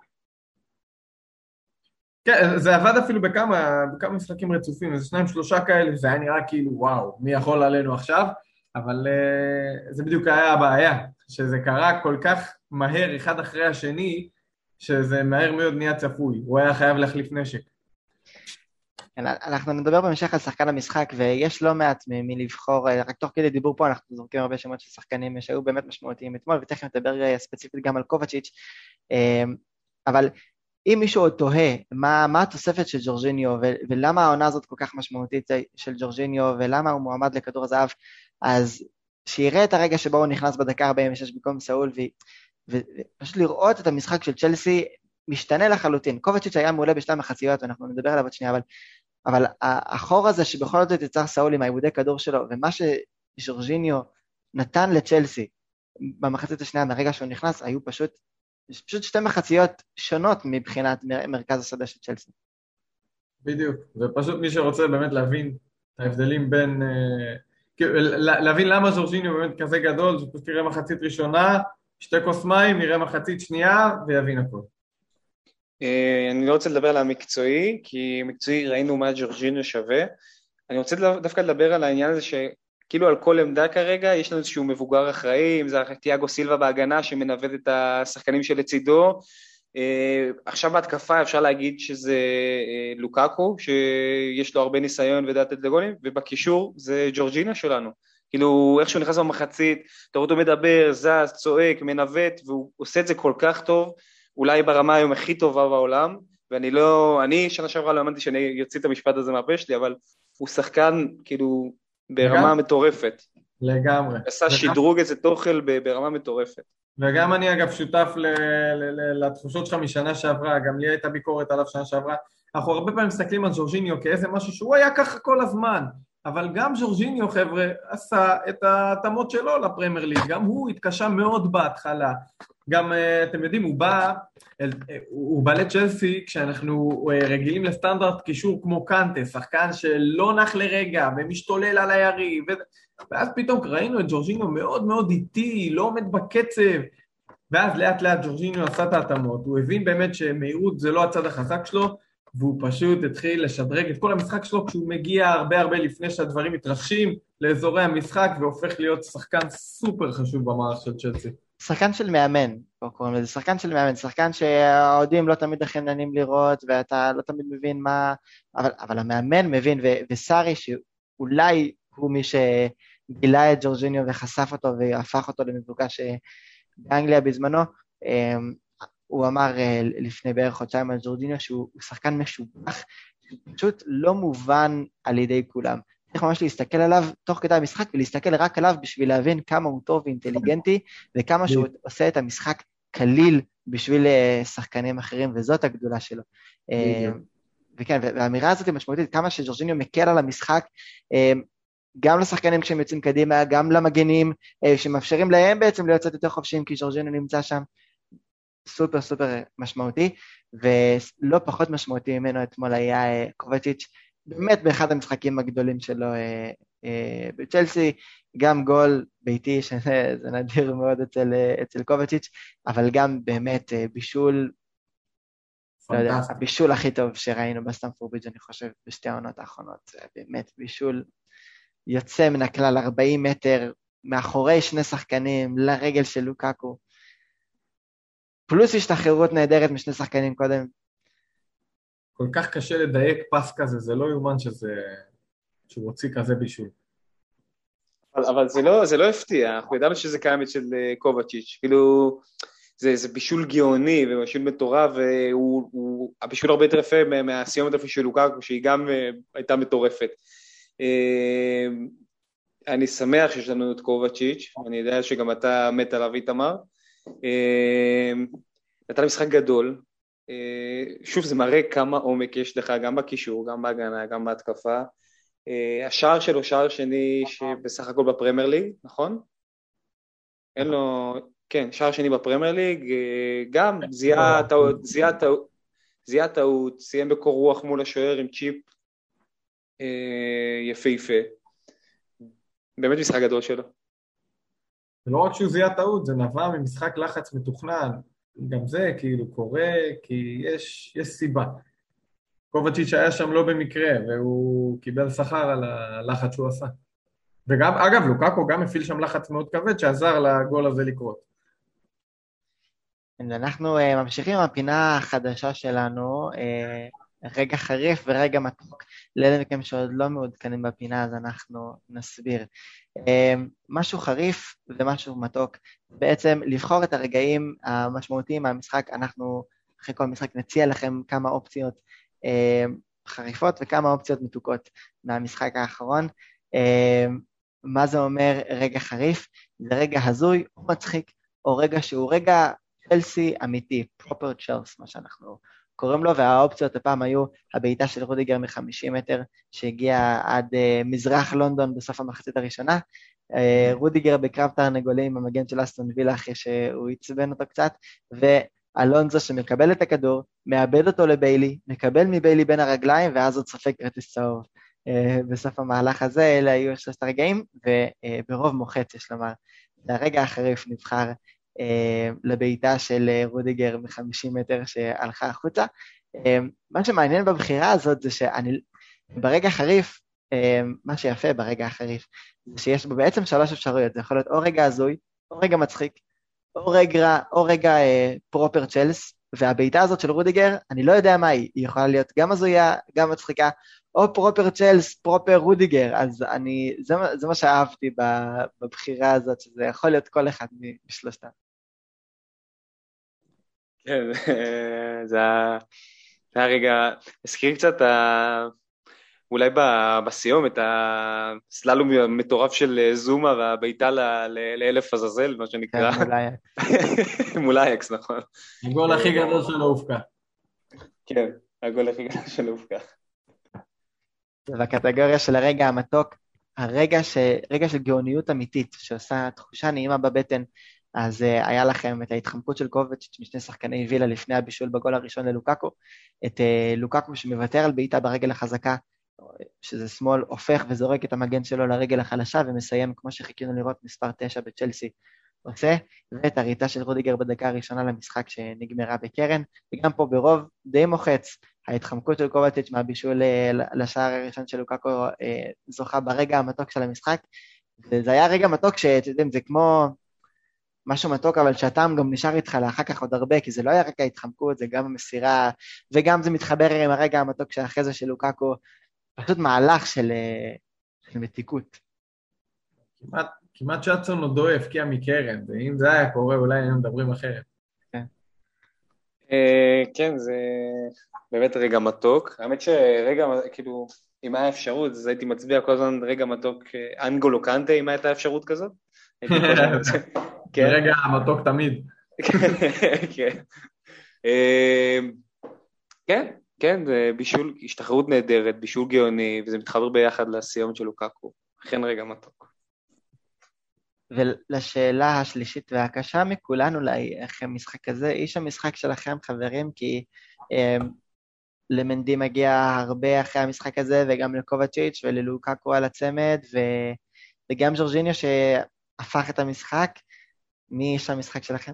כן, זה עבד אפילו בכמה, בכמה משחקים רצופים, איזה שניים שלושה כאלה, זה היה נראה כאילו וואו, מי יכול עלינו עכשיו? אבל uh, זה בדיוק היה הבעיה, שזה קרה כל כך מהר אחד אחרי השני, שזה מהר מאוד נהיה צפוי, הוא היה חייב להחליף נשק. אנחנו נדבר במשך על שחקן המשחק, ויש לא מעט מי לבחור, רק תוך כדי דיבור פה אנחנו זורקים הרבה שמות של שחקנים שהיו באמת משמעותיים אתמול, ותכף נדבר ספציפית גם על קובצ'יץ', אבל אם מישהו עוד תוהה מה, מה התוספת של ג'ורג'יניו, ו- ולמה העונה הזאת כל כך משמעותית של ג'ורג'יניו, ולמה הוא מועמד לכדור הזהב, אז שיראה את הרגע שבו הוא נכנס בדקה ארבעים ושש במקום סאול, ופשוט לראות את המשחק של צ'לסי משתנה לחלוטין. קובצ'יץ' היה מעולה בשתי המחציות, ואנחנו נדבר עליו עוד שנייה, אבל, אבל החור הזה שבכל זאת יצר סאול עם העיבודי כדור שלו, ומה שג'ורג'יניו נתן לצ'לסי במחצית השנייה, מהרגע שהוא נכנס, היו פשוט, פשוט שתי מחציות שונות מבחינת מרכז השדה של צ'לסי. בדיוק, ופשוט מי שרוצה באמת להבין את ההבדלים בין, להבין למה ג'ורג'יניו באמת כזה גדול, שפשוט תראה מחצית ראשונה, שתי כוס מים, נראה מחצית שנייה, ויבין הכל. אני לא רוצה לדבר על המקצועי, כי מקצועי ראינו מה ג'ורג'יניו שווה. אני רוצה דווקא לדבר על העניין הזה שכאילו על כל עמדה כרגע, יש לנו איזשהו מבוגר אחראי, אם זה תיאגו סילבה בהגנה שמנווט את השחקנים שלצידו, עכשיו בהתקפה אפשר להגיד שזה לוקאקו, שיש לו הרבה ניסיון ודעת את לגולים, ובקישור זה ג'ורג'יניו שלנו. כאילו איך שהוא נכנס במחצית, אתה רואה אותו מדבר, זז, צועק, מנווט, והוא עושה את זה כל כך טוב, אולי ברמה היום הכי טובה בעולם, ואני לא, אני שנה שעברה לא האמנתי שאני יוציא את המשפט הזה מהפה שלי, אבל הוא שחקן כאילו ברמה לגמרי. מטורפת. לגמרי. עשה שדרוג איזה תוכל ברמה מטורפת. וגם אני אגב שותף ל- ל- ל- לתחושות שלך משנה שעברה, גם לי הייתה ביקורת עליו שנה שעברה, אנחנו הרבה פעמים מסתכלים על ג'ורג'יניו כאיזה משהו שהוא היה ככה כל הזמן, אבל גם ג'ורג'יניו חבר'ה עשה את ההתאמות שלו לפרמייר ליג, גם הוא התקשה מאוד בהתחלה, גם אתם יודעים, הוא בא, הוא בא לצ'לסי כשאנחנו רגילים לסטנדרט קישור כמו קנטה, שחקן שלא נח לרגע ומשתולל על היריב, ואז פתאום ראינו את ג'ורג'יניו מאוד מאוד איטי, לא עומד בקצב, ואז לאט לאט ג'ורג'יניו עשה את ההתאמות, הוא הבין באמת שמהירות זה לא הצד החזק שלו, והוא פשוט התחיל לשדרג את כל המשחק שלו, כשהוא מגיע הרבה הרבה לפני שהדברים מתרחשים לאזורי המשחק, והופך להיות שחקן סופר חשוב במערך של צ'לסי. שחקן של מאמן, קוראים לזה, שחקן של מאמן, שחקן שהעודים לא תמיד הכי נענים לראות, ואתה לא תמיד מבין מה, אבל, אבל המאמן מבין, ו, וסארי שאולי הוא מי שגילה את ג'ורג'יניו וחשף אותו והפך אותו למבוקש באנגליה בזמנו, הוא אמר לפני בערך חודשיים על ג'ורג'יניו שהוא שחקן משובח, פשוט לא מובן על ידי כולם. צריך ממש להסתכל עליו תוך כדי המשחק, ולהסתכל רק עליו בשביל להבין כמה הוא טוב ואינטליגנטי, וכמה שהוא עושה את המשחק קליל בשביל שחקנים אחרים, וזאת הגדולה שלו. וכן, והאמירה הזאת היא משמעותית, כמה שג'ורג'יניו מקל על המשחק, גם לשחקנים כשהם יוצאים קדימה, גם למגנים, שמאפשרים להם בעצם להיות קצת יותר חופשיים, כי ג'ורג'יניו נמצא שם, סופר סופר משמעותי, ולא פחות משמעותי ממנו אתמול היה קובצ'יץ', באמת באחד המשחקים הגדולים שלו אה, אה, בצ'לסי, גם גול ביתי, שזה נדיר מאוד אצל, אצל קובצ'יץ', אבל גם באמת אה, בישול, לא יודע, הבישול הכי טוב שראינו בסטמפורד ברידג' אני חושב בשתי העונות האחרונות, זה באמת בישול יוצא מן הכלל, ארבעים מטר, מאחורי שני שחקנים, לרגל של לוקאקו, פלוס השתחררות נהדרת משני שחקנים קודם, כל כך קשה לדייק פס כזה, זה לא יומן שזה, שהוא הוציא כזה בישול. אבל, אבל זה לא, זה לא הפתיע, אנחנו ידענו שזה קיים אצל קובצ'יץ', כאילו, זה, זה בישול גאוני ובישול מטורף, והוא, הוא, הבישול הרבה יותר יפה מהסיומת אפילו של לוקאקו, שהיא גם הייתה מטורפת. אני שמח שיש לנו את קובצ'יץ', אני יודע שגם אתה מת עליו איתמר. נתן משחק גדול, שוב זה מראה כמה עומק יש לך גם בקישור, גם בהגנה, גם בהתקפה. השער שלו שער שני שבסך הכל בפרמייר ליג, נכון? אין לו, כן, שער שני בפרמייר ליג, גם זיהה טעות, זיהה טעות, זיהה טעות, סיים בקור רוח מול השוער עם צ'יפ יפהפה. באמת משחק גדול שלו. ולא רק שהוא זיהה טעות, זה נבע ממשחק לחץ מתוכנן. גם זה כאילו קורה, כי יש, יש סיבה. קובצ'יץ' היה שם לא במקרה, והוא קיבל שכר על הלחץ שהוא עשה. וגם, אגב, לוקאקו גם הפעיל שם לחץ מאוד כבד, שעזר לגול הזה לקרות. אנחנו uh, ממשיכים עם הפינה החדשה שלנו, uh, רגע חריף ורגע מתוק. לאלה מכם שעוד לא מעודכנים בפינה, אז אנחנו נסביר. Uh, משהו חריף ומשהו מתוק, בעצם לבחור את הרגעים המשמעותיים מהמשחק, אנחנו אחרי כל משחק נציע לכם כמה אופציות uh, חריפות וכמה אופציות מתוקות מהמשחק האחרון. Uh, מה זה אומר רגע חריף? זה רגע הזוי או מצחיק, או רגע שהוא רגע צ'לסי אמיתי, פרופר צ'לס, מה שאנחנו קוראים לו, והאופציות הפעם היו הבעיטה של רודיגר מ-חמישים מטר, שהגיע עד uh, מזרח לונדון בסוף המחצית הראשונה, uh, רודיגר בקרב תרנגולים, המגן של אסטון וילה, אחרי שהוא עצבן אותו קצת, ואלונזו שמקבל את הכדור, מאבד אותו לביילי, מקבל מביילי בין הרגליים, ואז עוד ספק כרטיס צהוב. Uh, בסוף המהלך הזה, אלה היו שלושת הרגעים, וברוב uh, מוחץ יש לומר, הרגע החריף נבחר, Uh, לבעיטה של uh, רודיגר מ-חמישים מטר שהלכה החוצה. Uh, מה שמעניין בבחירה הזאת זה שאני, ברגע חריף, uh, מה שיפה ברגע החריף, זה שיש בו בעצם שלוש אפשרויות, זה יכול להיות או רגע הזוי, או רגע מצחיק, או רגע, או רגע uh, פרופר צ'לס, והבעיטה הזאת של רודיגר, אני לא יודע מה היא, היא יכולה להיות גם הזויה, גם מצחיקה, או פרופר צ'לס, פרופר רודיגר, אז אני, זה, זה מה שאהבתי בבחירה הזאת, שזה יכול להיות כל אחד משלושתם. כן, זה היה רגע, הזכיר קצת אולי בסיום את הסללום המטורף של זומה והביתה לאלף עזאזל, מה שנקרא. מול אייקס, נכון. הגול הכי גדול שלו הופקע. כן, הגול הכי גדול שלו הופקע. ובקטגוריה של הרגע המתוק, הרגע ש... רגע של גאוניות אמיתית, שעושה תחושה נעימה בבטן, אז uh, היה לכם את ההתחמקות של קובצ'יץ' משני שחקני וילה לפני הבישול בגול הראשון ללוקאקו, את uh, לוקאקו שמוותר על בעיטה ברגל החזקה, שזה שמאל, הופך וזורק את המגן שלו לרגל החלשה, ומסיים כמו שחיכינו לראות מספר תשע בצ'לסי עושה, ואת הריצה של רודיגר בדקה הראשונה למשחק שנגמרה בקרן, וגם פה ברוב די מוחץ, ההתחמקות של קובצ'יץ' מהבישול לשער הראשון של לוקאקו uh, זוכה ברגע המתוק של המשחק, וזה היה רגע מתוק שאתם יודעים, זה כמו משהו מתוק, אבל שהטעם גם נשאר איתך לאחר כך עוד הרבה, כי זה לא היה רק ההתחמקות, זה גם המסירה, וגם זה מתחבר עם הרגע המתוק שאחרי זה של לוקאקו, פשוט מהלך של, של מתיקות. כמעט, כמעט שצון עוד לא הפקיע מקרן, ואם זה היה קורה, אולי היינו מדברים אחרת. כן. כן, זה באמת רגע מתוק. האמת שרגע, כאילו, אם היה אפשרות, אז הייתי מצביע כל הזמן רגע מתוק, אנגולו קנטה, אם הייתה אפשרות כזאת. רגע מתוק תמיד. כן. כן, כן, זה בישול, השתחררות נהדרת, בישול גאוני, וזה מתחבר ביחד לסיום של לוקאקו. אכן רגע מתוק. ולשאלה השלישית והקשה מכולן אולי, איך המשחק הזה, איש המשחק שלכם חברים, כי אה, למנדי מגיע הרבה אחרי המשחק הזה, וגם לקובצ'יץ' וללוקאקו על הצמד, ו, וגם ז'ורג'יניו שהפך את המשחק, מי איש המשחק שלכם?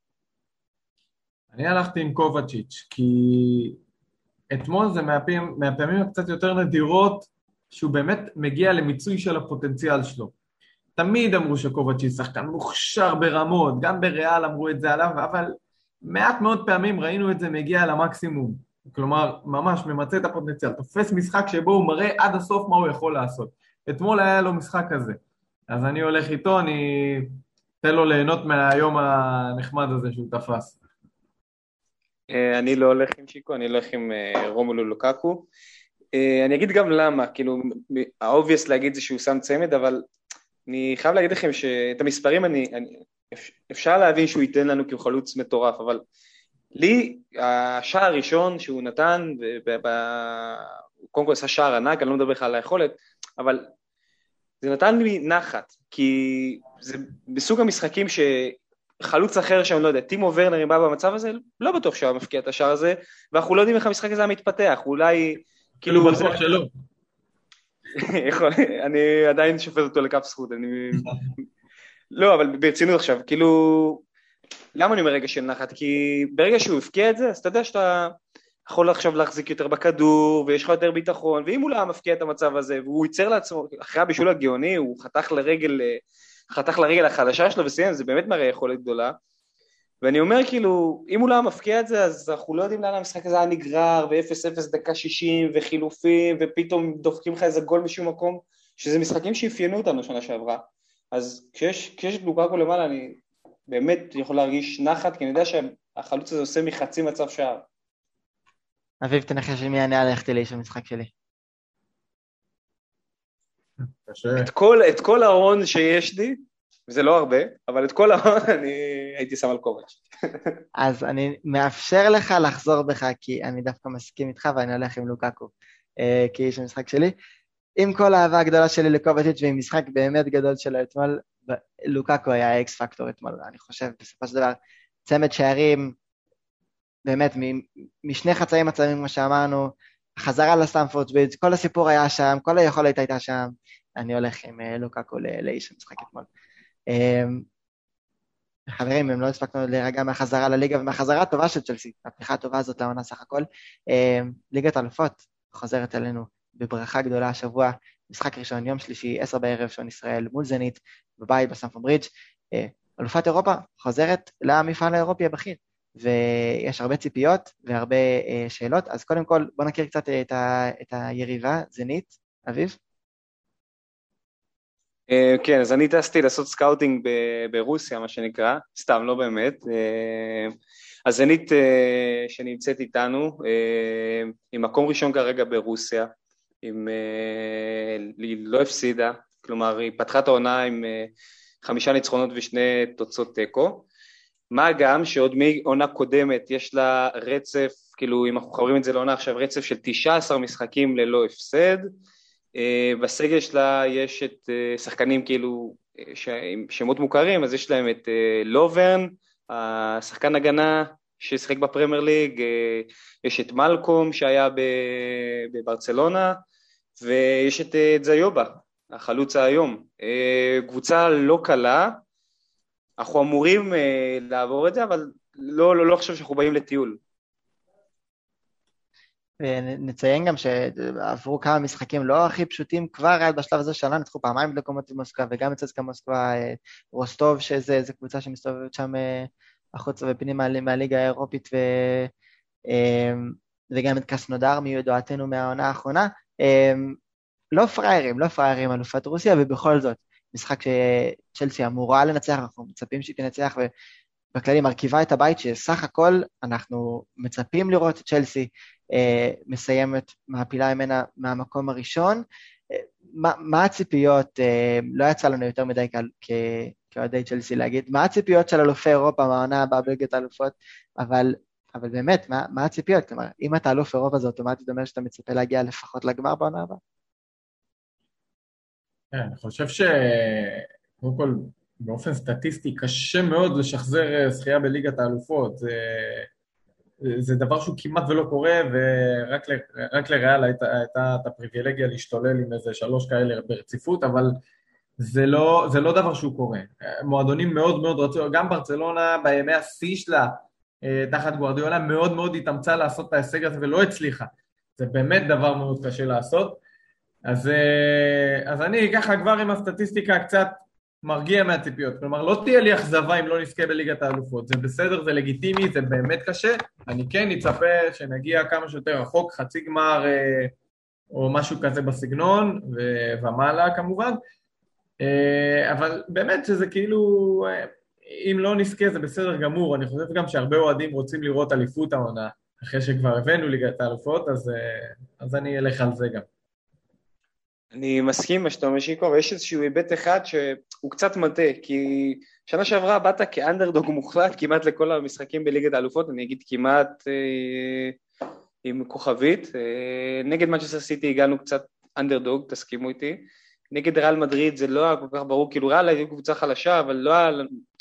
אני הלכתי עם קובצ'יץ', כי אתמול זה מהפעמים, מהפעמים הקצת יותר נדירות, שהוא באמת מגיע למיצוי של הפוטנציאל שלו. תמיד אמרו שקובצ'יץ' שחקן מוכשר ברמות, גם בריאל אמרו את זה עליו, אבל מעט מאוד פעמים ראינו את זה מגיע למקסימום. כלומר, ממש ממצא את הפוטנציאל, תופס משחק שבו הוא מראה עד הסוף מה הוא יכול לעשות. אתמול היה לו משחק כזה. אז אני הולך איתו, אני אתן לו ליהנות מהיום הנחמד הזה שהוא תפס. אני לא הולך עם שיקו, אני הולך עם רומלו לוקאקו. אני אגיד גם למה, כאילו, האובייס להגיד זה שהוא שם צמד, אבל אני חייב להגיד לכם שאת המספרים אני, אני, אפשר להבין שהוא ייתן לנו כי הוא חלוץ מטורף, אבל לי, השער הראשון שהוא נתן, הוא קודם כל עשה שער ענק, אני לא מדבר לך על היכולת, אבל זה נתן לי נחת, כי זה בסוג המשחקים חלוץ אחר שאני לא יודע, טימו ורנר בא במצב הזה, לא בטוח שהוא מפקיע את השער הזה, ואנחנו לא יודעים איך המשחק הזה מתפתח, אולי כאילו בטוח שלא. אני עדיין שופט אותו לכף זכות, אני... לא, אבל ברצינות עכשיו, כאילו, למה אני אומר רגע של נחת? כי ברגע שהוא הפקיע את זה, אז אתה יודע שאתה יכול עכשיו להחזיק יותר בכדור, ויש לך יותר ביטחון, ואם הוא לא מפקיע את המצב הזה, והוא ייצר לעצמו, אחרי הבישול הגאוני, הוא חתך לרגל, חתך לרגל החדשה שלו וסיים, זה באמת מראה יכולת גדולה, ואני אומר כאילו, אם הוא לא מפקיע את זה, אז אנחנו לא יודעים לאן המשחק הזה היה נגרר, ו-אפס אפס דקה שישים, וחילופים, ופתאום דופקים לך איזה גול משום מקום, שזה משחקים שאפיינו אותנו שנה שעברה. אז כשיש, כשיש את לוקאקו למעלה, אני באמת יכול להרגיש נחת, כי אני יודע שהחלוץ הזה עושה מחצי מצב שער. אביב, תנחש מי אני הלכתי לאיש המשחק שלי. את כל, את כל ההון שיש לי, וזה לא הרבה, אבל את כל ההון אני הייתי שם על קובץ'. אז אני מאפשר לך לחזור בך, כי אני דווקא מסכים איתך, ואני הולך עם לוקאקו, כאיש המשחק שלי. עם כל האהבה הגדולה שלי לקובץ' ועם משחק באמת גדול שלו אתמול, לוקאקו היה האקס פקטור אתמול, אני חושב, בסופו של דבר, צמד שערים, באמת, משני חצאים מצבים, כמו שאמרנו, חזרה לסטמפורד ברידג', כל הסיפור היה שם, כל היכולת הייתה שם, אני הולך עם לוקאקו לאיש המשחק אתמול. חברים, אם לא הספקנו להירגע מהחזרה לליגה, ומהחזרה הטובה של צ'לסי, הפתיחה הטובה הזאת לעונה סך הכל, ליגת האלופות חוזרת אלינו בברכה גדולה השבוע, משחק ראשון, יום שלישי, עשר בערב, שעון ישראל, מול זנית, בבית בסטמפורד ברידג'. אלופת אירופה חוזרת למפעל האירופי הבכיר, ויש הרבה ציפיות והרבה שאלות, אז קודם כל בוא נכיר קצת את, ה, את היריבה, זנית, אביב. כן, אז אני טסתי לעשות סקאוטינג ברוסיה, מה שנקרא, סתם, לא באמת. אז זנית שנמצאת איתנו, עם מקום ראשון כרגע ברוסיה, עם, היא לא הפסידה, כלומר היא פתחה את העונה עם חמישה ניצחונות ושני תוצאות תיקו, מה גם שעוד מעונה קודמת יש לה רצף, כאילו אם אנחנו חברים את זה לעונה עכשיו, רצף של תשעה עשר משחקים ללא הפסד, בסגל שלה יש את שחקנים כאילו עם שמות מוכרים, אז יש להם את לוברן, השחקן הגנה ששחק בפרמייר ליג, יש את מלקום שהיה בברצלונה, ויש את זיובה, החלוץ היום. קבוצה לא קלה, אנחנו אמורים לעבור את זה, אבל לא, לא, לא חושב שאנחנו באים לטיול. ונציין גם שעברו כמה משחקים לא הכי פשוטים, כבר עד בשלב הזה שנה, נצחו פעמיים בלוקומוטיב מוסקבה, וגם את צסקה מוסקבה, רוסטוב, שזה קבוצה שמסתובבת שם החוץ ופנים מהליגה האירופית, ו, וגם את קסנודר מיודעתנו מהעונה האחרונה, לא פריירים, לא פריירים אלופת רוסיה, ובכל זאת, משחק שצ'לסי אמורה לנצח, אנחנו מצפים שהיא תנצח, ובכללי מרכיבה את הבית שסך הכל אנחנו מצפים לראות את צ'לסי אה, מסיימת מעפילה ממנה מהמקום הראשון. אה, מה, מה הציפיות, אה, לא יצא לנו יותר מדי כ- כאוהדי צ'לסי להגיד, מה הציפיות של אלופי אירופה מהעונה הבאה בליגת האלופות, אבל, אבל באמת, מה, מה הציפיות? כלומר, אם אתה אלוף אירופה זה אוטומטית אומר שאתה מצפה להגיע לפחות לגמר בעונה הבאה? כן, אני חושב שקודם כל, באופן סטטיסטי, קשה מאוד לשחזר זכייה בליגת האלופות. זה, זה דבר שהוא כמעט ולא קורה, ורק ל, רק לריאל הייתה, הייתה את הפריבילגיה להשתולל עם איזה שלוש כאלה ברציפות, אבל זה לא, זה לא דבר שהוא קורה. מועדונים מאוד מאוד רצו, גם ברצלונה בימי השיא שלה, תחת גוארדיולה, מאוד מאוד התאמצה לעשות את ההישג הזה ולא הצליחה. זה באמת דבר מאוד קשה לעשות. אז, אז אני ככה כבר עם הסטטיסטיקה קצת מרגיע מהציפיות, כלומר לא תהיה לי אכזבה אם לא נזכה בליגת האלופות, זה בסדר, זה לגיטימי, זה באמת קשה, אני כן נצפה שנגיע כמה שיותר רחוק, חצי גמר או משהו כזה בסגנון, ומעלה כמובן, אבל באמת שזה כאילו, אם לא נזכה זה בסדר גמור, אני חושב גם שהרבה אוהדים רוצים לראות אליפות העונה, אחרי שכבר הבאנו ליגת האלופות, אז, אז אני אלך על זה גם. אני מסכים מה שאתה אומר שיקו, אבל יש איזשהו היבט אחד שהוא קצת מטה, כי שנה שעברה באת כאנדרדוג מוחלט כמעט לכל המשחקים בליגת האלופות, אני אגיד כמעט אה, עם כוכבית, אה, נגד מנצ'סטר סיטי הגענו קצת אנדרדוג, תסכימו איתי, נגד ריאל מדריד זה לא היה כל כך ברור, כאילו ריאל הייתה קבוצה חלשה, אבל לא היה,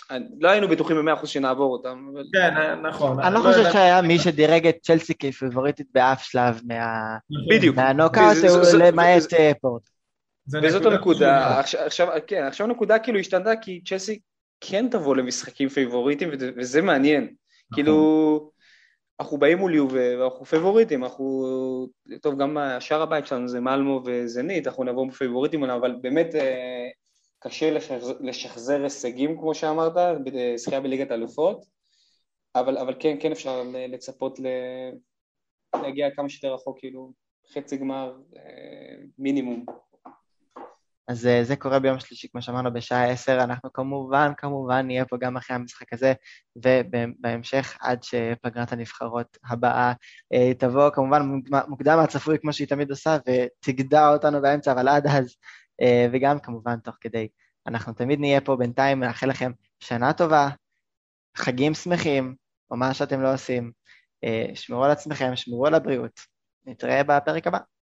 לא היינו בטוחים ב-מאה אחוז שנעבור אותם. כן, נכון. אני לא חושב שהיה מי שדירג את צ'לסי כפייבוריטית באף שלב מהנוקאוט, למעט פורט. וזאת הנקודה, עכשיו, כן, עכשיו הנקודה כאילו השתנתה, כי צ'לסי כן תבוא למשחקים פייבוריטים, וזה מעניין. כאילו, אנחנו באים מול יובה, ואנחנו פייבוריטים, אנחנו, טוב, גם השאר הבית שלנו זה מלמו וזנית, אנחנו נבוא בפייבוריטים, אבל באמת קשה לשחזר הישגים, כמו שאמרת, בשחייה בליגת האלופות, אבל, אבל כן, כן אפשר לצפות להגיע כמה שיותר רחוק, כאילו, חצי גמר מינימום. אז זה קורה ביום שלישי, כמו שאמרנו, בשעה עשר, אנחנו כמובן, כמובן נהיה פה גם אחרי המשחק הזה, ובהמשך עד שפגרת הנבחרות הבאה תבוא, כמובן מוקדם מהצפוי כמו שהיא תמיד עושה, ותגדע אותנו באמצע, אבל עד אז, וגם כמובן תוך כדי, אנחנו תמיד נהיה פה בינתיים, נאחל לכם שנה טובה, חגים שמחים, או מה שאתם לא עושים, שמרו על עצמכם, שמרו על הבריאות, נתראה בפרק הבא.